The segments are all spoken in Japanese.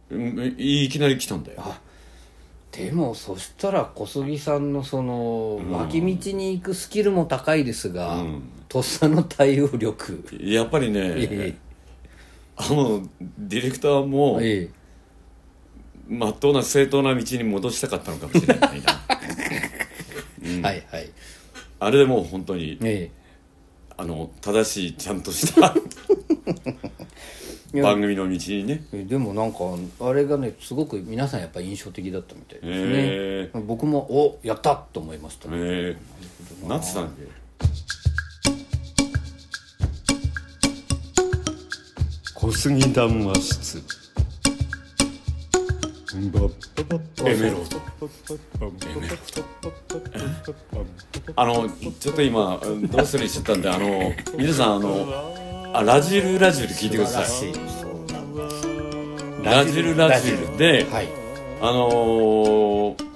いきなり来たんだよ。 でもそしたら小杉さんのその脇道に行くスキルも高いですが、とっさの対応力、 やっぱりね、ディレクターもまっとうな正当な道に戻したかったのかもしれないなはいはい、 あれでもう本当に、正しいちゃんとした番組の道にね。 でもなんかあれがねすごく皆さんやっぱり印象的だったみたいですね。僕もおやったと思いましたね。 なんつったんだっけ。小杉談話室エメロード。エメロード。ちょっと今どうするにしちゃったんで、皆さんラジルラジル聞いてください。ラジルラジルで、はい、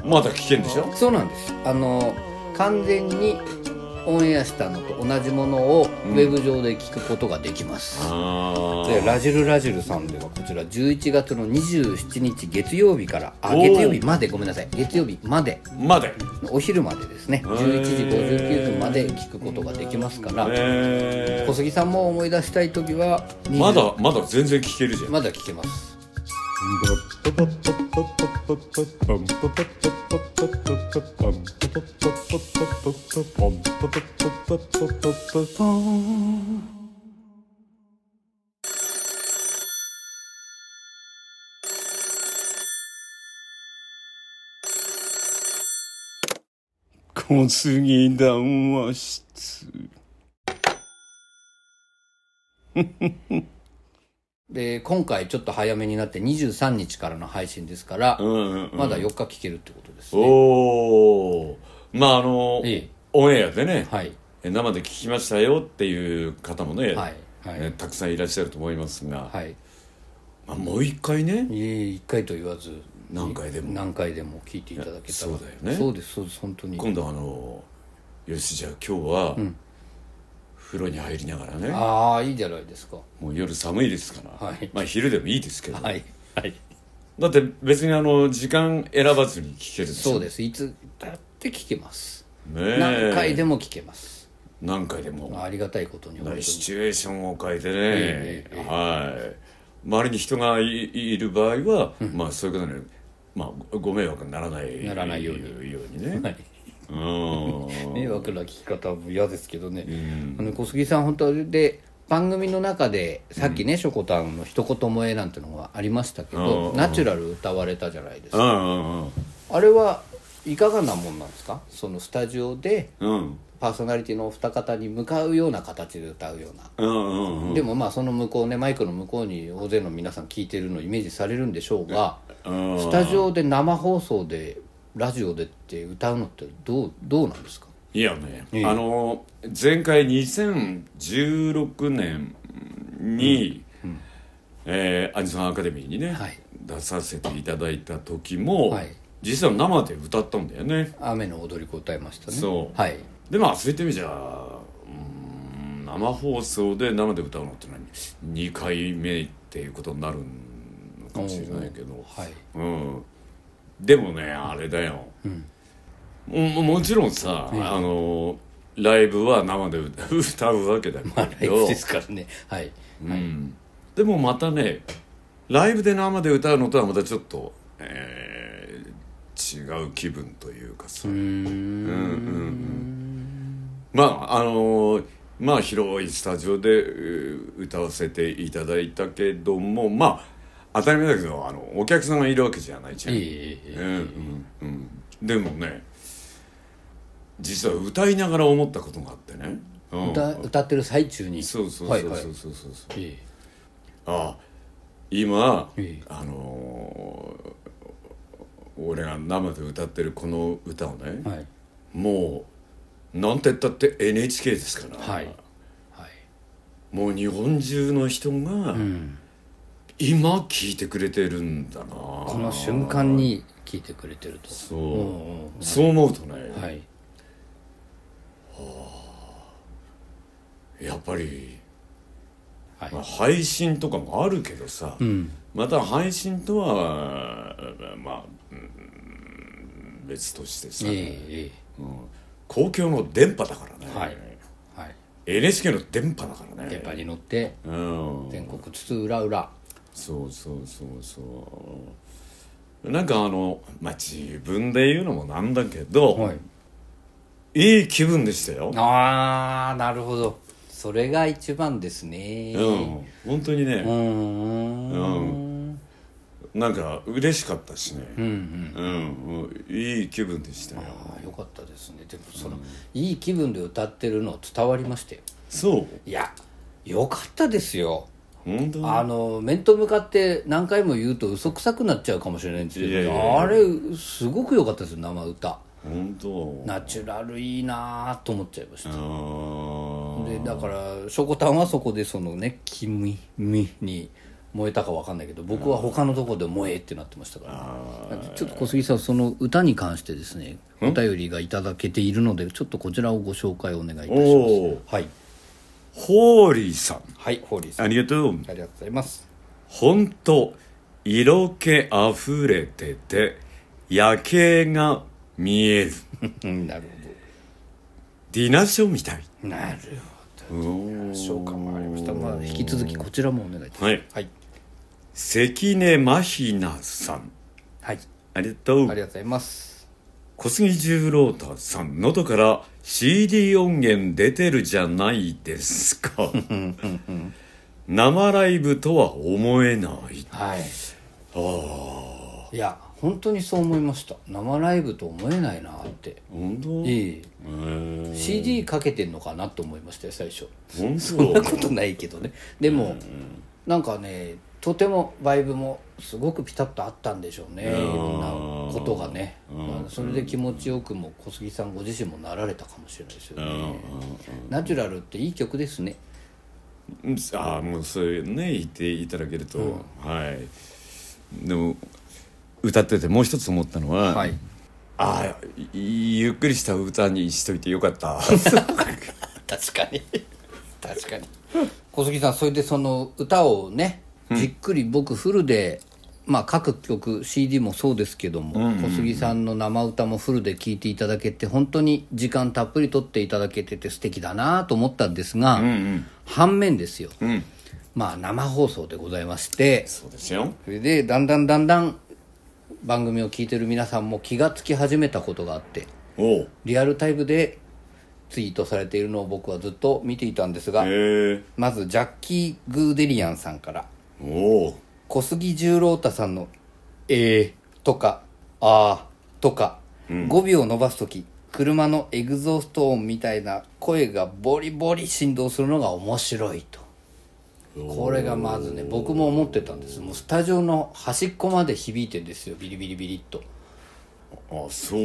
まだ聞けるんでしょ。 そうなんです。完全にオンエアしたのと同じものをウェブ上で聞くことができます。でラジルラジルさんではこちら11月の27日月曜日から月曜日まで、ごめんなさい、月曜日までお昼までですね、11時59分まで聞くことができますから、小杉さんも思い出したい時はまだ全然聞けるじゃん。 まだ聞けます。 小杉談話室で今回ちょっと早めになって23日からの配信ですから、まだ4日聞けるってことですね。 まあオンエアでね、生で聞きましたよっていう方もね、たくさんいらっしゃると思いますが、もう一回ね、 1回と言わず何回でも聞いていただけたら。 そうだよね。 そうです本当に。 今度よしじゃあ今日は、風呂に入りながらね。 ああいいじゃないですか。 もう夜寒いですから、まあ昼でもいいですけど、だって別に時間選ばずに聞けるでしょ。 そうです。いつだって聞けます。何回でも聞けます。 何回でも。 ありがたいことにシチュエーションを変えてね、周りに人が いる場合は、まあそういうことね、まあご迷惑にならないようにね。 迷惑な聞き方は嫌ですけどね。小杉さん本当で番組の中でさっきね、しょこたんの一言萌えなんてのがありましたけど、ナチュラル歌われたじゃないですか。あれはいかがなもんなんですか。そのスタジオでパーソナリティのお二方に向かうような形で歌うような、でもまあその向こうね、マイクの向こうに大勢の皆さん聞いてるのをイメージされるんでしょうが、スタジオで生放送でラジオでって歌うのってどうなんですか。 いやね、前回2016年に、アニソンアカデミーにね、出させていただいた時も、実は生で歌ったんだよね。 雨の踊り子歌いましたね。 そうでそういった意味じゃ生放送で生で歌うのって2回目っていうことになるのかもしれないけど、でもねあれだよ、もちろんさ、ライブは生で歌うわけだけど、 ライブですからね。 でもまたねライブで生で歌うのとはまたちょっと、違う気分というかさ、まあ広いスタジオで歌わせていただいたけども、まあ当たり前だけどお客さんがいるわけじゃないじゃん。でもね実は歌いながら思ったことがあってね、 歌ってる最中に。 そう今俺が生で歌ってるこの歌をね、もうなんて言ったって NHK ですから、もう日本中の人が今聴いてくれてるんだな、 この瞬間に聴いてくれてると。 そう思うとね、やっぱり、配信とかもあるけどさ、 また配信とはまあ、別としてさ、公共の電波だからね、 はいはい、 NHK の電波だからね、 電波に乗って、全国津々浦々、 そうなんかまあ自分で言うのもなんだけど、いい気分でしたよ。 ああ、なるほど、それが一番ですね。 本当にね、なんか嬉しかったしね、いい気分でしたよ。 よかったですね。でもいい気分で歌ってるの伝わりましたよ。 そう、 いや、よかったですよ。 本当面と向かって何回も言うと嘘くさくなっちゃうかもしれないんですけど、あれすごく良かったですよ、生歌。 本当、 ナチュラルいいなと思っちゃいました。でだからしょこたんはそこでそのね、君に燃えたか分かんないけど、僕は他のとこで燃えってなってましたから、ちょっと小杉さん、その歌に関してですね、お便りがいただけているので、ちょっとこちらをご紹介お願いいたします。はい、 ホーリーさん、 はい、ホーリーさん、 ありがとう。 ありがとうございます。 本当色気あふれてて夜景が見えるなるほど、 ディナショーみたい。 なるほど、紹介もありました。まあ、引き続きこちらもお願いいたします。はい、 関根真ひなさん、 はい、 ありがとう。 ありがとうございます。 小杉十郎太さん、喉から CD 音源出てるじゃないですか生ライブとは思えない。 はい、いや本当にそう思いました。生ライブと思えないなって。 本当？ CD かけてんのかなと思いましたよ最初。 本当？ そんなことないけどね。でもなんかね、とてもバイブもすごくピタッとあったんでしょうね、いろんなことがね。それで気持ちよくも小杉さんご自身もなられたかもしれないですよね。ナチュラルっていい曲ですね。 もうそういうね言っていただけると、はい。でも歌っててもう一つ思ったのは、ゆっくりした歌にしといてよかった確かに小杉さん、それでその歌をね、じっくり僕フルで、まあ各曲 CD もそうですけども、小杉さんの生歌もフルで聴いていただけて、本当に時間たっぷり取っていただけてて素敵だなと思ったんですが、反面ですよ、まあ生放送でございまして、 そうですよ。 それでだんだん番組を聞いてる皆さんも気がつき始めたことがあって、リアルタイムでツイートされているのを僕はずっと見ていたんですが、まずジャッキー・グーデリアンさんから、小杉十郎太さんのとかとか、語尾を伸ばすとき車のエグゾースト音みたいな声がボリボリ振動するのが面白いと。これがまずね、僕も思ってたんです。もうスタジオの端っこまで響いてるんですよ、ビリビリビリっと。 そう、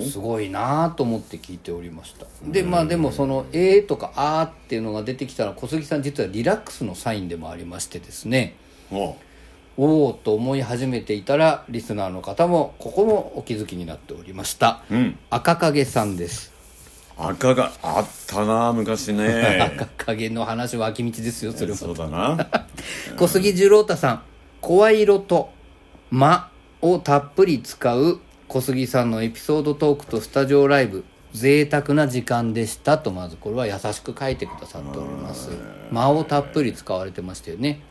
すごいなと思って聞いておりました。ででもそのとかっていうのが出てきたら、小杉さん実はリラックスのサインでもありましてですね、おおと思い始めていたら、リスナーの方もここもお気づきになっておりました。赤影さんです。 赤があったな昔ね赤影の話は秋道ですよ、それも。 そうだな小杉十郎太さん、声色と間をたっぷり使う小杉さんのエピソードトークとスタジオライブ、贅沢な時間でしたと、まずこれは優しく書いてくださっております。間をたっぷり使われてましたよね。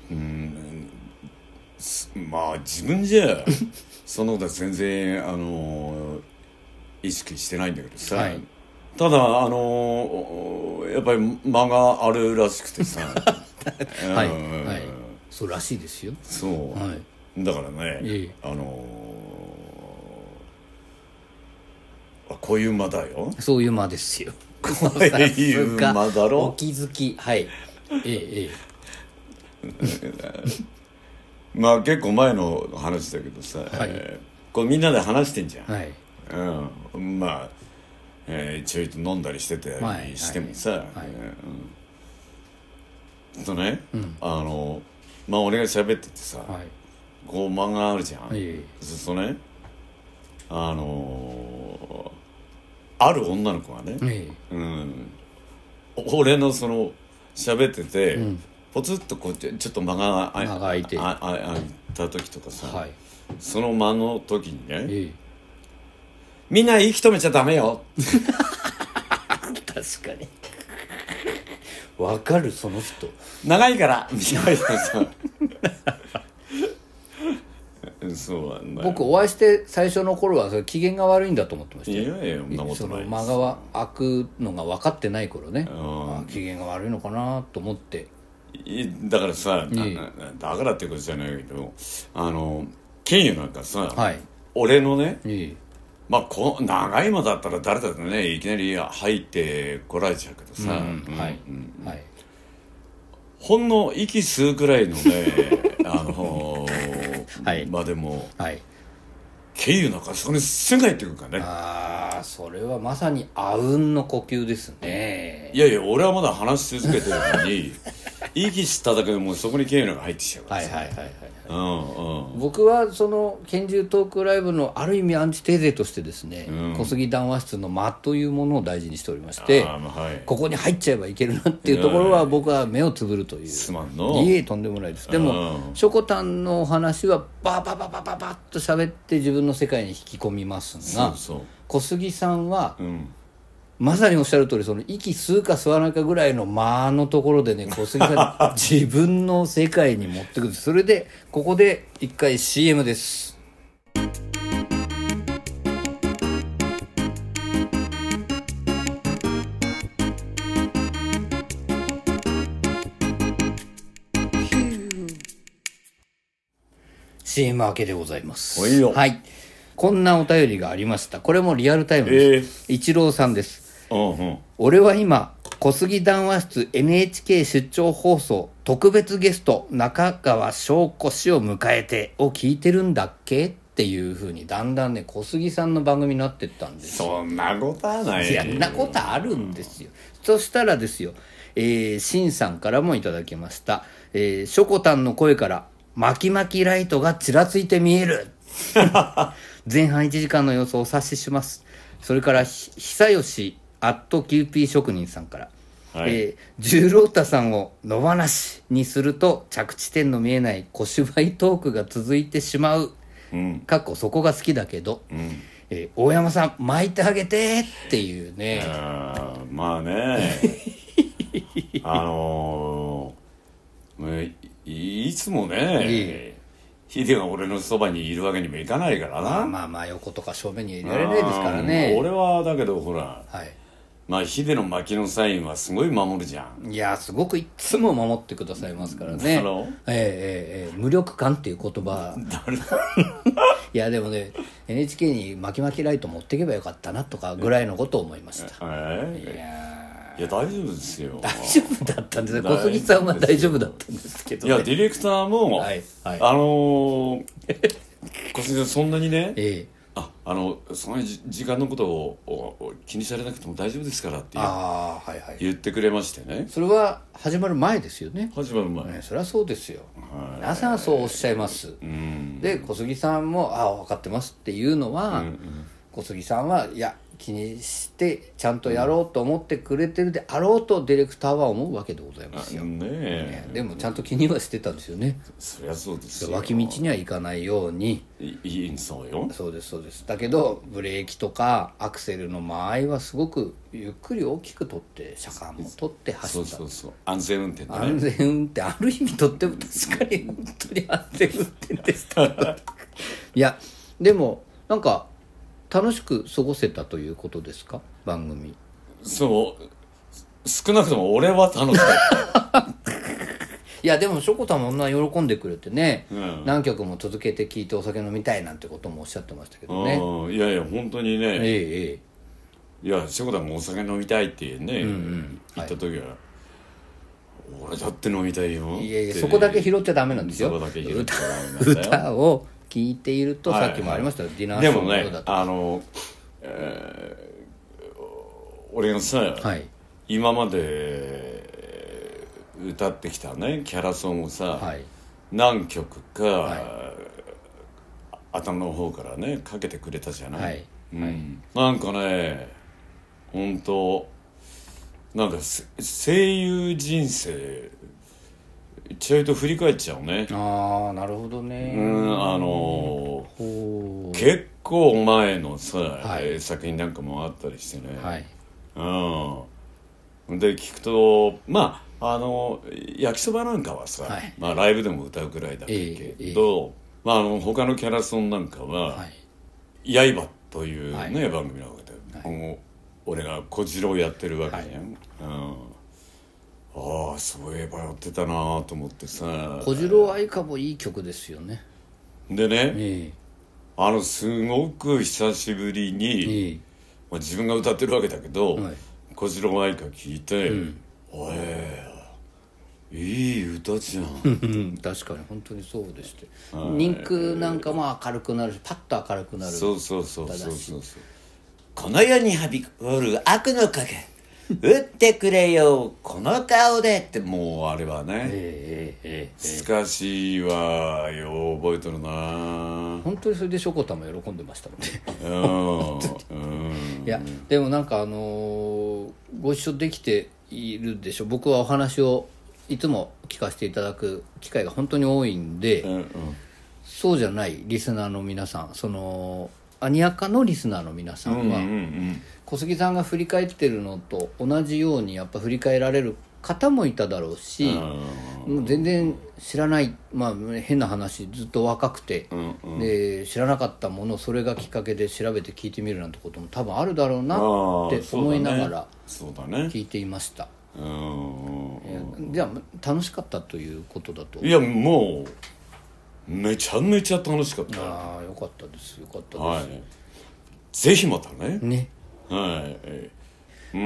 まあ自分じゃそのことは全然意識してないんだけどさ、ただやっぱり間があるらしくてさそうらしいですよ。 そう、だからね、こういう間だよ。 そういう間ですよ。 こういう間だろ。 お気づき。 まあ結構前の話だけどさ、こうみんなで話してんじゃん。まあ、ちょいと飲んだりしてたりしてもさ、ね、まあ俺が喋っててさ、こう間があるじゃん。そうするとね、ある女の子がね、俺のその喋ってて、 ポツッとこうちょっと間が空いて空いた時とかさ、 はい、 その間の時にね、みんな息止めちゃダメよ確かにわかる、その人長いからみたいなさそうなんだよ。 僕お会いして最初の頃はそれ機嫌が悪いんだと思ってましたよ。 いやいやそんなことないです。 間が空くのが分かってない頃ね、機嫌が悪いのかなと思って。 だからさ、だからってことじゃないけど、ケンユなんかさ、はい、俺のね、まあ長い間だったら誰だってねいきなり入ってこられちゃうけどさ、ほんの息吸うくらいのねはい、まあでも、はい、ケイユなんかそこにすぐ入ってくるからね。 ああ、それはまさにあうんの呼吸ですね。 いやいや、俺はまだ話し続けてるのに息吸っただけでもうそこにケイユなんか入ってきちゃうからさ。 僕はその拳銃トークライブのある意味アンチテーゼとしてですね、小杉談話室の間というものを大事にしておりまして、ここに入っちゃえばいけるなっていうところは僕は目をつぶるという。 すまんの。 いえ、とんでもないです。でもしょこたんのお話はババババババッと喋って自分の世界に引き込みますが、小杉さんは、まさにおっしゃる通り、その息吸うか吸わないかぐらいの間のところでね、小杉さん自分の世界に持ってくる。それでここで一回 CM です。CM 明けでございます。はい、こんなお便りがありました。これもリアルタイムです。一郎さんです。俺は今小杉談話室 NHK 出張放送特別ゲスト中川翔子氏を迎えてを聞いてるんだっけっていう風にだんだんね小杉さんの番組になってったんですよ。 そんなことはない。 いや、そんなことあるんですよ。そしたらですよ、しんさんからもいただきました。しょこたんの声から巻き巻きライトがちらついて見える前半1時間の様子をお察しします。それから久吉キューピー職人さんから、十郎太さんを野放しにすると着地点の見えない小芝居トークが続いてしまう、かっこそこが好きだけど、大山さん巻いてあげてっていうね。 まあねいつもねヒデが俺のそばにいるわけにもいかないからな。 まあ横とか正面にいられないですからね。 俺はだけどほら、まあヒデの巻きのサインはすごい守るじゃん。 いや、すごくいつも守ってくださいますからね。無力感っていう言葉いやでもね、 NHK に巻き巻きライト持っていけばよかったなとかぐらいのことを思いました。 いや大丈夫ですよ。 大丈夫だったんですね。小杉さんは大丈夫だったんですけど、ね、 いやディレクターも、小杉さんそんなにね、その時間のことを気にされなくても大丈夫ですからって言ってくれましてね。 それは始まる前ですよね。 始まる前、 それはそうですよ。皆さんそうおっしゃいます。で小杉さんも分かってますっていうのは、小杉さんはいや気にしてちゃんとやろうと思ってくれてるであろうとディレクターは思うわけでございますよ。でもちゃんと気にはしてたんですよね。 そりゃそうですよ。 脇道には行かないように。 そうよ。 そうですそうです。だけどブレーキとかアクセルの間合いはすごくゆっくり大きく取って車間も取って走った。 そう安全運転だね。 安全運転ある意味とっても確かに本当に安全運転でしたいやでもなんか楽しく過ごせたということですか、番組。 そう少なくとも俺は楽しかったいやでもしょこたんも女喜んでくれてね、何曲も続けて聴いてお酒飲みたいなんてこともおっしゃってましたけどね。 いやいや本当にね、いやしょこたんもお酒飲みたいってね、言った時は、俺だって飲みたいよって。 いやそこだけ拾っちゃダメなんですよ。 そこだけ拾っちゃダメなんだよ。 歌を聞いていると、さっきもありました、ディナーショーのことだとか。 でもね俺がさ、今まで歌ってきたねキャラソンをさ、何曲か、頭の方からねかけてくれたじゃない。なんかね本当なんか声優人生ちゃうと振り返っちゃうね。 ああ、なるほどね。 結構前のさ、 はい、 作品なんかもあったりしてね、 はい、 で聞くとまあ焼きそばなんかはさ、はい、まあ、ライブでも歌うくらいだけど、まあ、他のキャラソンなんかは「刃」というね、はい、番組なわけで、はい、俺が小次郎やってるわけじゃん、ああそういえばやってたなと思ってさ。 小次郎愛花もいい曲ですよね。 でね、すごく久しぶりに、まあ、自分が歌ってるわけだけど、小次郎愛花聞いて、おいいい歌じゃん確かに本当にそうでして、人空なんかも明るくなるし、パッと明るくなる。 そうこの世にはびこる悪の影打ってくれよこの顔でって、もうあれはね、しかしはよう覚えとるな。 本当にそれでしょこたんも喜んでましたもんねいやでもなんかご一緒できているでしょ。僕はお話をいつも聞かせていただく機会が本当に多いんで、そうじゃないリスナーの皆さん、そのアニアカのリスナーの皆さんは、小杉さんが振り返ってるのと同じようにやっぱ振り返られる方もいただろうし、もう全然知らない、まあ変な話、ずっと若くて、で知らなかったものをそれがきっかけで調べて聞いてみるなんてことも多分あるだろうなって思いながら聞いていました。じゃあ楽しかったということだと。 いやもうめちゃめちゃ楽しかった。 ああよかったです、よかったです、 はい、ぜひまたね。 はい、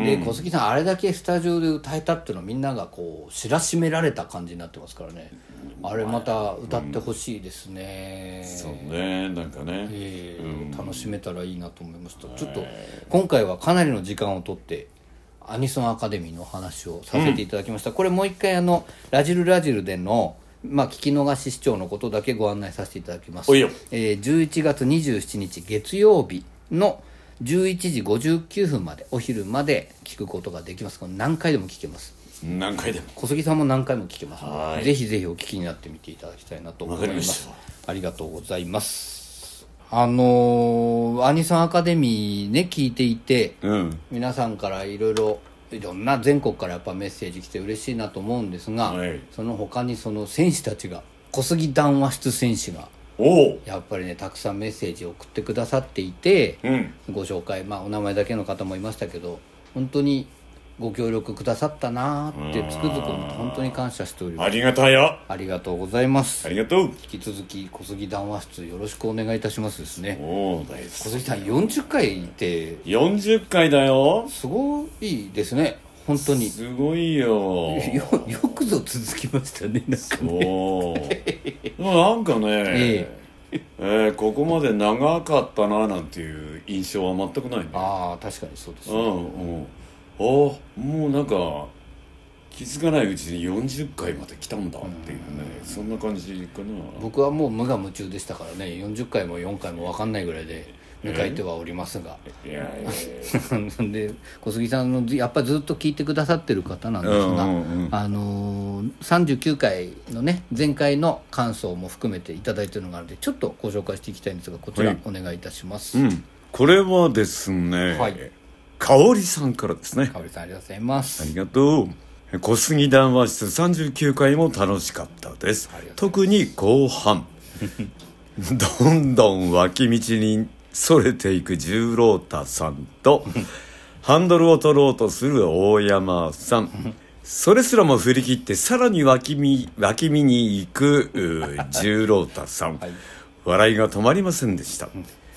で小杉さんあれだけスタジオで歌えたっていうのはみんながこう知らしめられた感じになってますからね。あれまた歌ってほしいですね。 そうね、なんかね、 楽しめたらいいなと思いました。ちょっと今回はかなりの時間をとってアニソンアカデミーの話をさせていただきました。これもう一回ラジルでのまあ、聞き逃し視聴のことだけご案内させていただきます。11月27日月曜日の11時59分まで、お昼まで聞くことができます。何回でも聞けます。 何回でも。 小杉さんも何回も聞けますので、ぜひぜひお聞きになってみていただきたいなと思います。ありがとうございます。アニソンアカデミーね、聞いていて、皆さんからいろんな全国からやっぱメッセージ来て嬉しいなと思うんですが、その他にその選手たちが、小杉談話室選手がやっぱりねたくさんメッセージを送ってくださっていて、ご紹介、まあお名前だけの方もいましたけど、本当にご協力くださったなーってつくづく本当に感謝しております。 ありがたいよ。 ありがとうございます。 ありがとう。 引き続き小杉談話室よろしくお願いいたしますですね。 大好き。 小杉さん40回って 40回だよ。 すごいですね、本当にすごいよ。 よくぞ続きましたね。なんかねなんかね、ここまで長かったななんていう印象は全くないね。 ああ確かにそうですね。 もうなんか気づかないうちに40回まで来たんだっていうね、そんな感じかな。 僕はもう無我夢中でしたからね、40回も4回も分かんないぐらいで迎えてはおりますが、で小杉さんのやっぱりずっと聞いてくださってる方なんですが、39回のね前回の感想も含めていただいているのがあるので、ちょっとご紹介していきたいんですが、こちらお願いいたします。 これはですね、香織さんからですね。 香織さんありがとうございます。 ありがとう。小杉談話室39回も楽しかったです。特に後半どんどん脇道にそれていく十郎太さんとハンドルを取ろうとする大山さん、それすらも振り切ってさらに脇見に行く十郎太さん、笑いが止まりませんでした。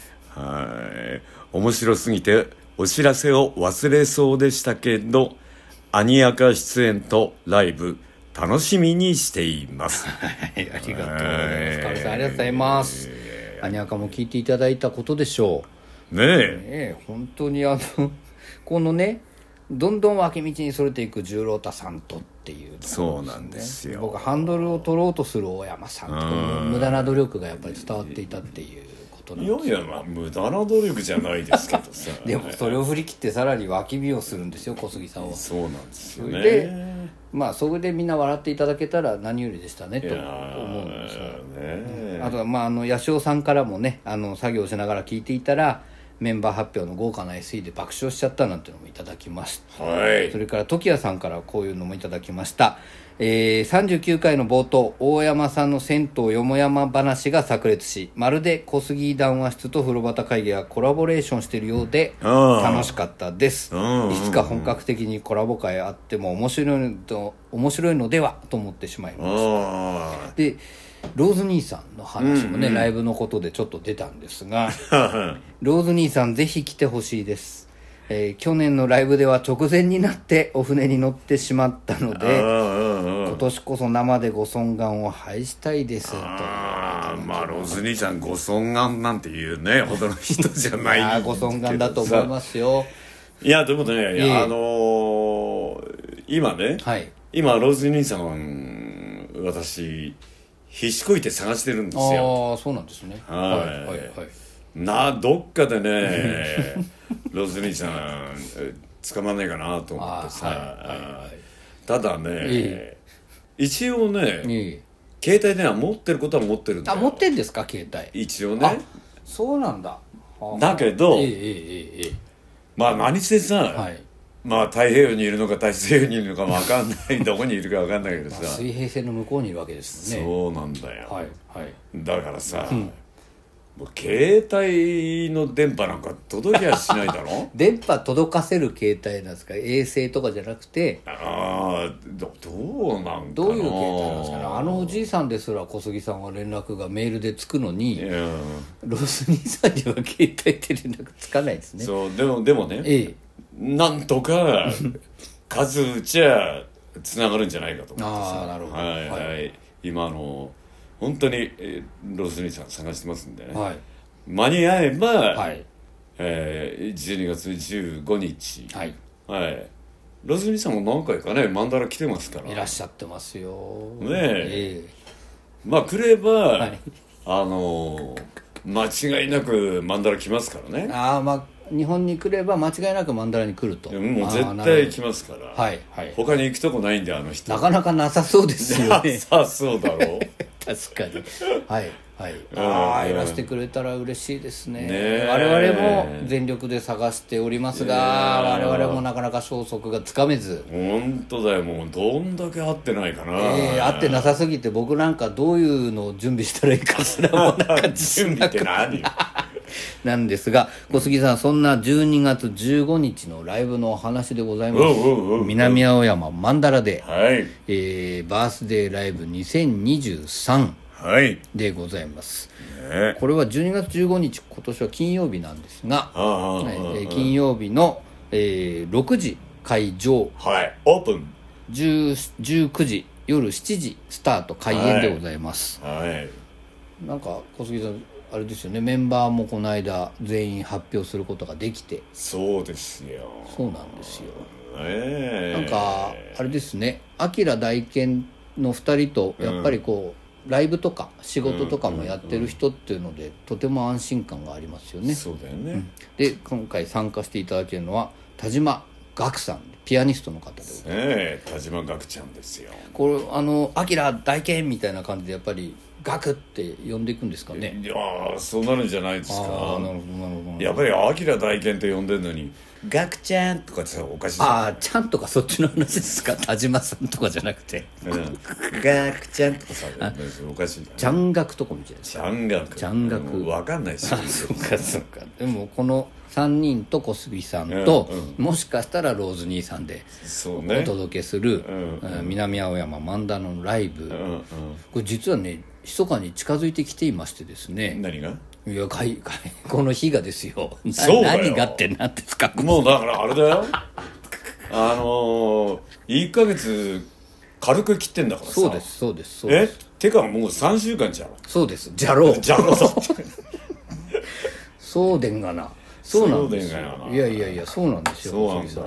面白すぎてお知らせを忘れそうでしたけど、アニアカ出演とライブ楽しみにしていますありがとうございます。香織さんありがとうございます。アニアカも聞いていただいたことでしょうね。本当にこのねどんどん脇道にそれていく十郎太さんとっていう、 そうなんですよ。 僕ハンドルを取ろうとする大山さんと無駄な努力がやっぱり伝わっていたっていうこことなんですよ。 いやいや、まあ無駄な努力じゃないですけどさでもそれを振り切ってさらに脇見をするんですよ、小杉さんは。 そうなんですよね。 でまあそれでみんな笑っていただけたら何よりでしたねと思うんですよね。あとはまあ八代さんからもね、作業しながら聞いていたらメンバー発表の豪華な SE で爆笑しちゃったなんていうのもいただきました、 はい、 それから時矢さんからこういうのもいただきました。39回の冒頭、大山さんの銭湯よもやま話が炸裂し、まるで小杉談話室と風呂端会議がコラボレーションしているようで楽しかったです。いつか本格的にコラボ会あっても面白いのではと思ってしまいました。でローズ兄さんの話もね、ライブのことでちょっと出たんですがローズ兄さんぜひ来てほしいです。去年のライブでは直前になってお船に乗ってしまったので今年こそ生でご尊願を拝したいですと。 まあローズ兄さんご尊願なんていうねほどの人じゃないいやご尊願だと思いますよ。 いやでもね、今ね、はい、今ローズ兄さん私必死こいて探してるんですよ。 ああそうなんですね。 はいはいはい。どっかでねローズ兄さん捕まんないかなと思ってさ、はいはいはい、ただね、一応ね、携帯電話持ってることは持ってるんだよ。 持ってんですか携帯一応ね。 そうなんだ。 だけど、まあ何せさ、はい、まあ太平洋にいるのか大西洋にいるのか分かんないどこにいるか分かんないけどさ、 水平線の向こうにいるわけですもんね。 そうなんだよ、 はいはい、 だからさ、もう携帯の電波なんか届きゃしないだろ電波届かせる携帯なんですか、衛星とかじゃなくて。 どうなんかな、 どういう携帯なんですかね。おじいさんですら小杉さんは連絡がメールでつくのに、ロス兄さんには携帯って連絡つかないですね。 そうでもね、なんとか数打ちゃつながるんじゃないかと思ってさ。 なるほど、 はいはい、はい、今本当にロス兄さん探してますんでね、はい、間に合えば、はい、12月15日、はいはい、ロス兄さんも何回かねマンダラ来てますから。 いらっしゃってますよねえ、まあ来れば、はい、間違いなくマンダラ来ますからね。 まあ日本に来れば間違いなくマンダラに来ると。 もう絶対来ますから、はいはい、他に行くとこないんで人なかなかなさそうですよね。 なさそうだろう確かにはいはい、いらしてくれたら嬉しいですね。我々も全力で探しておりますが、我々もなかなか消息がつかめず。 本当だよ、もうどんだけ合ってないかな。 合ってなさすぎて僕なんかどういうのを準備したらいいかすらもなんか準備って何なんですが、小杉さん、そんな12月15日のライブのお話でございます。南青山マンダラで、はい、バースデーライブ2023でございます、はい、これは12月15日、今年は金曜日なんですが、金曜日の、6時会場、 はい、オープン 19時夜7時スタート開演でございます、はいはい、なんか小杉さんあれですよね、メンバーもこの間全員発表することができて。 そうですよ。 そうなんですよ、なんかあれですね、アキラ大賢の2人とやっぱりこう、ライブとか仕事とかもやってる人っていうので、とても安心感がありますよね。 そうだよね、 で今回参加していただけるのは田島岳さん、ピアニストの方でございます。 田島岳ちゃんですよ。 これアキラ大賢みたいな感じでやっぱりガクって呼んでいくんですかね。 いやそうなるんじゃないですか。やっぱりアキラ大賢って呼んでるのにガクちゃんとかっておかしい。 ちゃんとかそっちの話ですか。田島さんとかじゃなくて、 ガクちゃんとかさおかしい。 ちゃんがくとかみたいな。 ちゃんがく分かんないし。 そうかそうか。でもこの3人と小杉さんと、もしかしたらローズ兄さんでお届けする、南青山マンダラのライブ、これ実はね密かに近づいてきていましてですね。 何が？ いやこの日がですよ。 そうだよ。 何がって何ですか。 もうだからあれだよ1ヶ月軽く切ってんだからさ。 そうですそうです。 てかもう3週間じゃろ。 そうです。じゃろうそうでんがな。そうなんですよ。いやそうなんですよ。 そうなんだ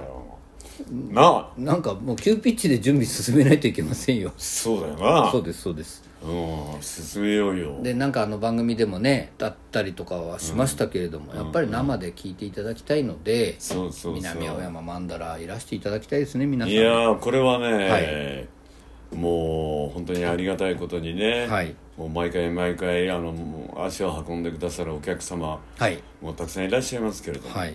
よ。 なんかもう急ピッチで準備進めないといけませんよ。 そうだよな。 そうですそうです。 進めようよ。 でなんか番組でもねだったりとかはしましたけれども、やっぱり生で聞いていただきたいので、南青山曼荼羅いらしていただきたいですね、皆さん。 いやこれはね、もう本当にありがたいことにね、もう毎回毎回足を運んでくださるお客様、もうたくさんいらっしゃいますけれども、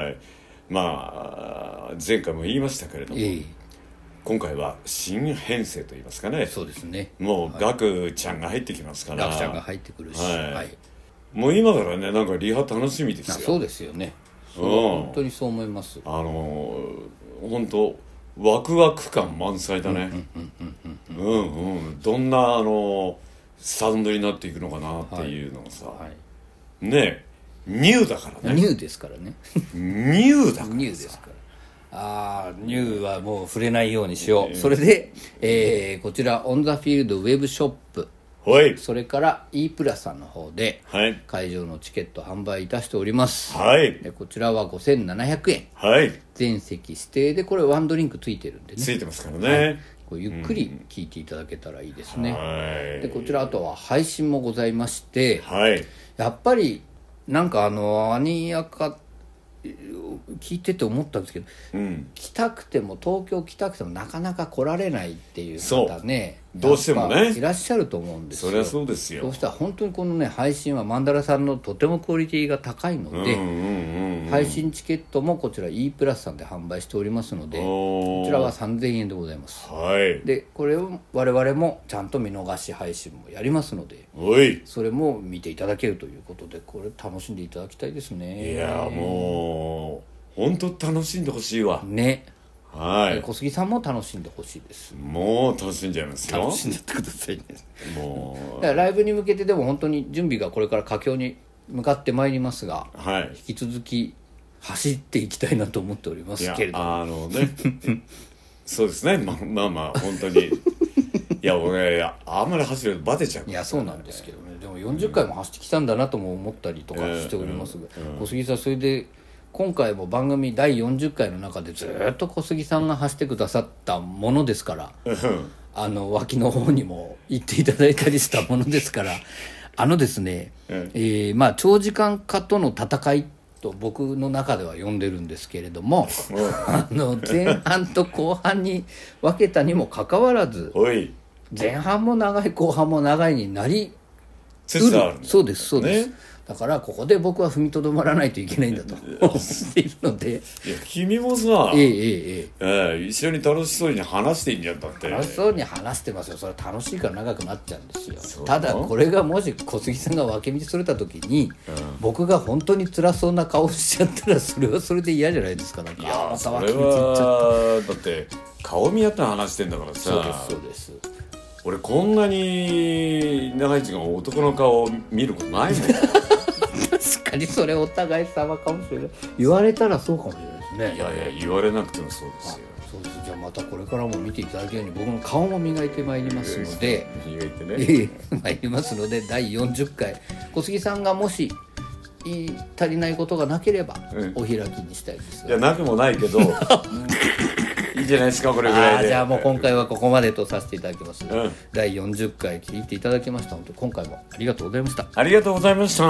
まあ前回も言いましたけれども、今回は新編成といいますかね。 そうですね。 もうガクちゃんが入ってきますから。 ガクちゃんが入ってくるし、 もう今からねなんかリハ楽しみですよ。 そうですよね。本当にそう思います。 本当ワクワク感満載だね。どんなサウンドになっていくのかなっていうのがさ、ねニューだからね。 ニューですからね。 ニューだからさ。 ニューですから。ニューはもう触れないようにしよう。それで、こちらオンザフィールドウェブショップ、それから E プラさんの方で会場のチケット販売いたしております。でこちらは5700円、全席指定で、これワンドリンクついてるんでね、 ついてますからね、 これゆっくり聞いていただけたらいいですね。でこちらあとは配信もございまして、やっぱりなんかアニヤカ聞いてて思ったんですけど、来たくても東京来たくてもなかなか来られないっていう方ね、 どうしてもねいらっしゃると思うんですよ。 そりゃそうですよ。 そうしたら本当にこのね配信は曼荼羅さんのとてもクオリティが高いので、配信チケットもこちら E プラスさんで販売しておりますので、こちらは3000円でございます。でこれを我々もちゃんと見逃し配信もやりますので、それも見ていただけるということで、これ楽しんでいただきたいですね。 いやもう本当楽しんでほしいわね。小杉さんも楽しんでほしいです。 もう楽しんじゃいますよ。 楽しんじゃってくださいね。 もうだからライブに向けてでも本当に準備がこれから佳境に向かってまいりますが、引き続き走っていきたいなと思っておりますけれども、 そうですね。まあ本当にいや俺あんまり走るとバテちゃう。 いやそうなんですけどね。でも40回も走ってきたんだなとも思ったりとかしておりますが、小杉さん、それで今回も番組第40回の中でずっと小杉さんが走ってくださったものですから、脇の方にも行っていただいたりしたものですからですね、長時間化との戦いと僕の中では呼んでるんですけれども、前半と後半に分けたにもかかわらず、前半も長い後半も長いになりうる。そうですそうです、だからここで僕は踏みとどまらないといけないんだと思っているので、 いや君もさ、一緒に楽しそうに話していいんじゃん。だって楽しそうに話してますよ。それは楽しいから長くなっちゃうんですよ。ただこれがもし小杉さんが分け道それた時に、僕が本当に辛そうな顔しちゃったらそれはそれで嫌じゃないですか。なんかいやそれはだって顔見合って話してんだからさ。 そうです。 俺こんなに長い時間男の顔を見ることないもん。 確かにそれお互い様かもしれない。言われたらそうかもしれないですね。 いや言われなくてもそうですよ。 そうです。じゃあまたこれからも見ていただけるように僕の顔も磨いてまいりますので、 磨いてね参りますので、第40回小杉さんがもし言い足りないことがなければお開きにしたいですが、 いやなくもないけどいいじゃないですかこれぐらいで。 じゃあもう今回はここまでとさせていただきます。第40回聞いていただきました。本当今回もありがとうございました。 ありがとうございました。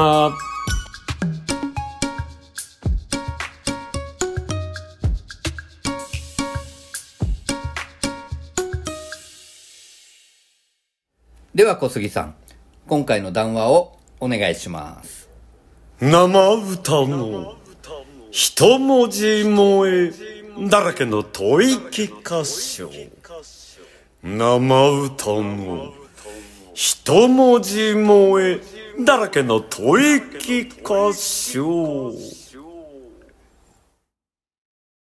では小杉さん、今回の談話をお願いします。 生歌の一文字萌えだらけの吐息歌唱。生歌の一文字萌えだらけの吐息歌唱。